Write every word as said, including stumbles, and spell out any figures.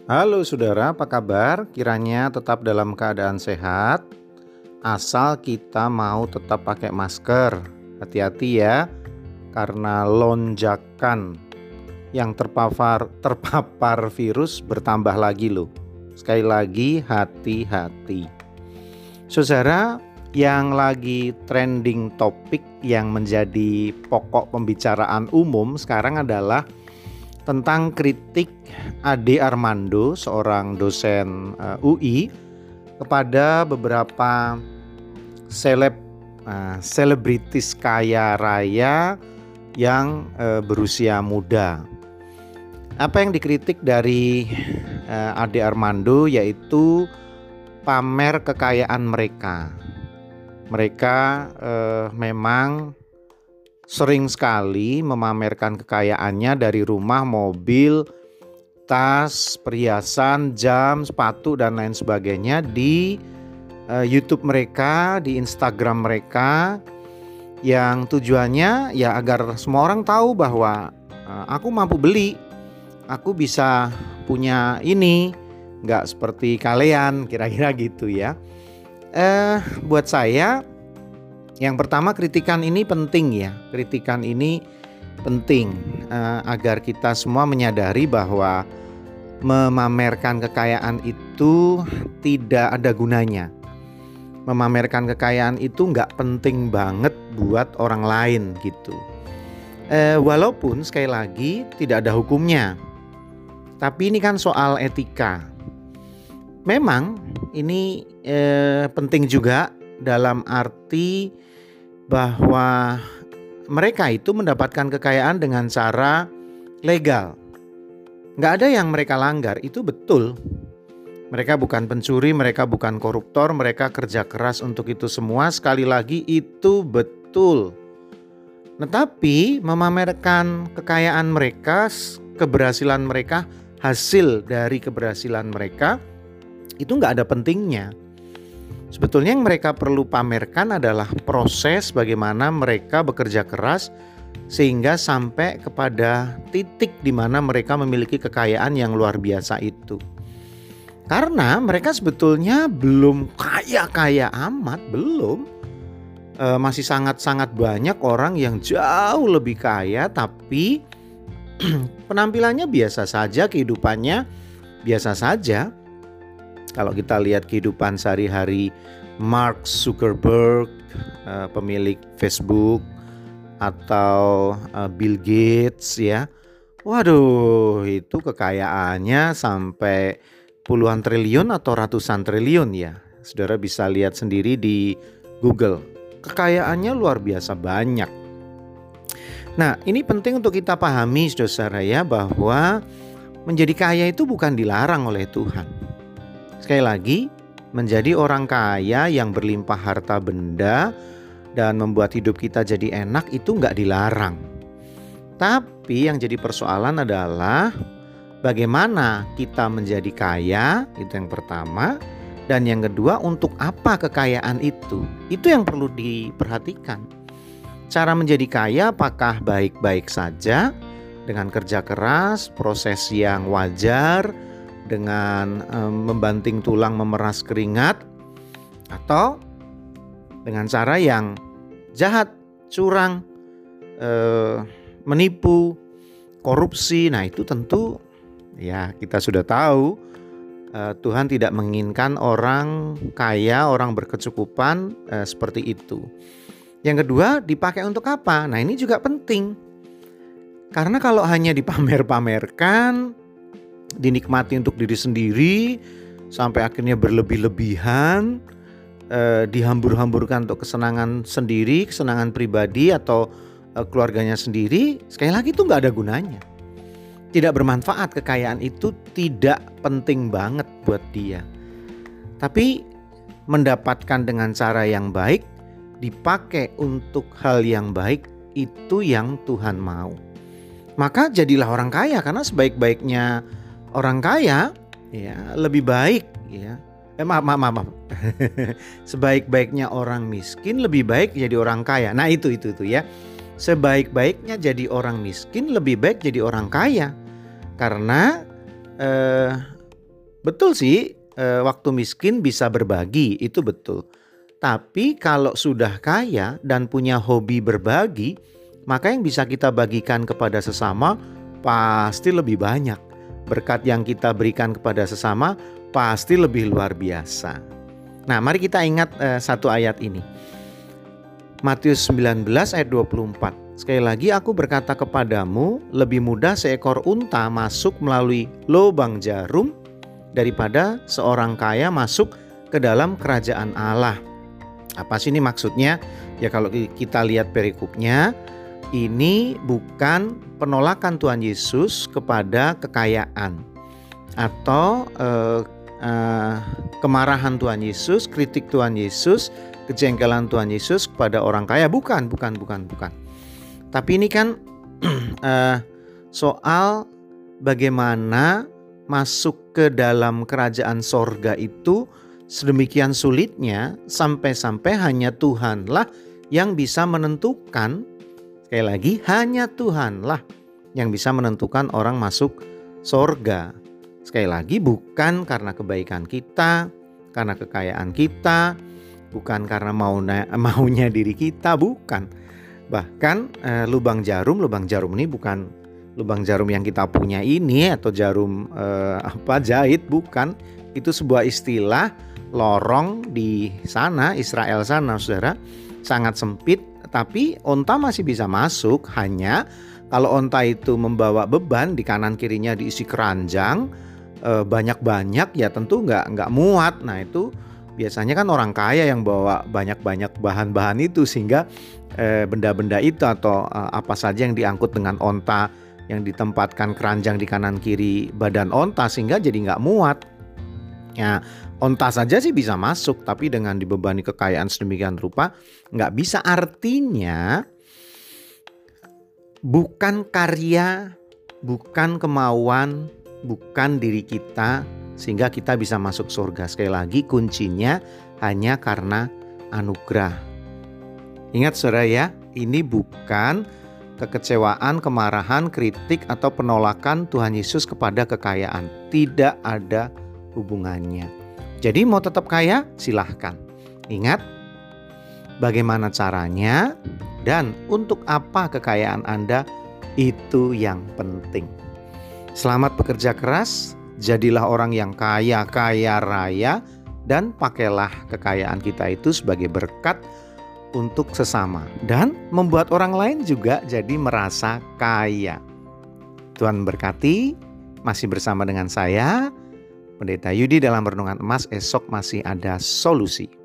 Halo saudara, apa kabar? Kiranya tetap dalam keadaan sehat, asal kita mau tetap pakai masker. Hati-hati ya, karena lonjakan yang terpapar terpapar virus bertambah lagi loh. Sekali lagi hati-hati. Saudara, yang lagi trending topik yang menjadi pokok pembicaraan umum sekarang adalah tentang kritik Ade Armando, seorang dosen uh, U I, kepada beberapa seleb uh, selebritis kaya raya yang uh, berusia muda. Apa yang dikritik dari uh, Ade Armando yaitu pamer kekayaan mereka. Mereka uh, memang sering sekali memamerkan kekayaannya dari rumah, mobil, tas, perhiasan, jam, sepatu, dan lain sebagainya di uh, YouTube mereka, di Instagram mereka, yang tujuannya ya agar semua orang tahu bahwa uh, aku mampu beli, aku bisa punya ini, nggak seperti kalian, kira-kira gitu ya. Eh, buat saya, yang pertama, kritikan ini penting ya. Kritikan ini penting uh, agar kita semua menyadari bahwa memamerkan kekayaan itu tidak ada gunanya. Memamerkan kekayaan itu nggak penting banget buat orang lain gitu. Uh, walaupun sekali lagi tidak ada hukumnya. Tapi ini kan soal etika. Memang ini uh, penting juga dalam arti bahwa mereka itu mendapatkan kekayaan dengan cara legal. Nggak ada yang mereka langgar, itu betul. Mereka bukan pencuri, mereka bukan koruptor, mereka kerja keras untuk itu semua. Sekali lagi itu betul. Tetapi memamerkan kekayaan mereka, keberhasilan mereka, hasil dari keberhasilan mereka, itu nggak ada pentingnya. Sebetulnya yang mereka perlu pamerkan adalah proses bagaimana mereka bekerja keras sehingga sampai kepada titik di mana mereka memiliki kekayaan yang luar biasa itu. Karena mereka sebetulnya belum kaya-kaya amat, belum. E, masih sangat-sangat banyak orang yang jauh lebih kaya tapi penampilannya biasa saja, kehidupannya biasa saja. Kalau kita lihat kehidupan sehari-hari Mark Zuckerberg, uh, pemilik Facebook, atau uh, Bill Gates ya. Waduh, itu kekayaannya sampai puluhan triliun atau ratusan triliun ya. Saudara bisa lihat sendiri di Google. Kekayaannya luar biasa banyak. Nah, ini penting untuk kita pahami saudara ya, bahwa menjadi kaya itu bukan dilarang oleh Tuhan. Sekali lagi, menjadi orang kaya yang berlimpah harta benda dan membuat hidup kita jadi enak itu nggak dilarang. Tapi yang jadi persoalan adalah bagaimana kita menjadi kaya, itu yang pertama. Dan yang kedua, untuk apa kekayaan itu? Itu yang perlu diperhatikan. Cara menjadi kaya apakah baik-baik saja dengan kerja keras, proses yang wajar, dengan um, membanting tulang, memeras keringat, atau dengan cara yang jahat, curang, uh, menipu, korupsi. Nah itu tentu ya kita sudah tahu uh, Tuhan tidak menginginkan orang kaya, orang berkecukupan uh, seperti itu. Yang kedua, dipakai untuk apa? Nah ini juga penting. Karena kalau hanya dipamer-pamerkan, dinikmati untuk diri sendiri sampai akhirnya berlebih-lebihan, eh, dihambur-hamburkan untuk kesenangan sendiri, kesenangan pribadi atau eh, keluarganya sendiri, sekali lagi itu nggak ada gunanya. Tidak bermanfaat, kekayaan itu tidak penting banget buat dia. Tapi mendapatkan dengan cara yang baik, dipakai untuk hal yang baik, itu yang Tuhan mau. Maka jadilah orang kaya, karena sebaik-baiknya orang kaya ya lebih baik ya. Eh maaf maaf maaf. Sebaik-baiknya orang miskin lebih baik jadi orang kaya. Nah itu itu itu ya. Sebaik-baiknya jadi orang miskin lebih baik jadi orang kaya. Karena eh, Betul sih, eh, waktu miskin bisa berbagi, itu betul. Tapi kalau sudah kaya dan punya hobi berbagi, maka yang bisa kita bagikan kepada sesama pasti lebih banyak. Berkat yang kita berikan kepada sesama pasti lebih luar biasa. Nah, mari kita ingat eh, satu ayat ini. Matius sembilan belas ayat dua puluh empat. Sekali lagi aku berkata kepadamu, lebih mudah seekor unta masuk melalui lubang jarum daripada seorang kaya masuk ke dalam kerajaan Allah. Apa sih ini maksudnya? Ya kalau kita lihat perikopnya, ini bukan penolakan Tuhan Yesus kepada kekayaan atau eh, eh, kemarahan Tuhan Yesus, kritik Tuhan Yesus, kejengkelan Tuhan Yesus kepada orang kaya. Bukan, bukan, bukan, bukan. Tapi ini kan eh, soal bagaimana masuk ke dalam kerajaan sorga itu sedemikian sulitnya, sampai-sampai hanya Tuhanlah yang bisa menentukan. Sekali lagi, hanya Tuhanlah yang bisa menentukan orang masuk sorga. Sekali lagi, bukan karena kebaikan kita, karena kekayaan kita, bukan karena maunya, maunya diri kita, bukan. Bahkan eh, lubang jarum, lubang jarum ini bukan lubang jarum yang kita punya ini atau jarum eh, apa jahit, bukan. Itu sebuah istilah lorong di sana, Israel sana, saudara, sangat sempit. Tapi onta masih bisa masuk, hanya kalau onta itu membawa beban, di kanan kirinya diisi keranjang eh, banyak-banyak, ya tentu nggak nggak muat. Nah itu biasanya kan orang kaya yang bawa banyak-banyak bahan-bahan itu, sehingga eh, benda-benda itu atau eh, apa saja yang diangkut dengan onta, yang ditempatkan keranjang di kanan kiri badan onta, sehingga jadi nggak muat. Ya, onta saja sih bisa masuk, tapi dengan dibebani kekayaan sedemikian rupa nggak bisa. Artinya bukan karya, bukan kemauan, bukan diri kita sehingga kita bisa masuk surga. Sekali lagi, kuncinya hanya karena anugerah. Ingat saudara ya, ini bukan kekecewaan, kemarahan, kritik atau penolakan Tuhan Yesus kepada kekayaan. Tidak ada hubungannya. Jadi mau tetap kaya, silahkan. Ingat bagaimana caranya dan untuk apa kekayaan Anda, itu yang penting. Selamat bekerja keras, jadilah orang yang kaya, kaya raya, dan pakailah kekayaan kita itu sebagai berkat untuk sesama dan membuat orang lain juga jadi merasa kaya. Tuhan berkati. Masih bersama dengan saya, Pendeta Yudi, dalam Renungan Emas. Esok masih ada solusi.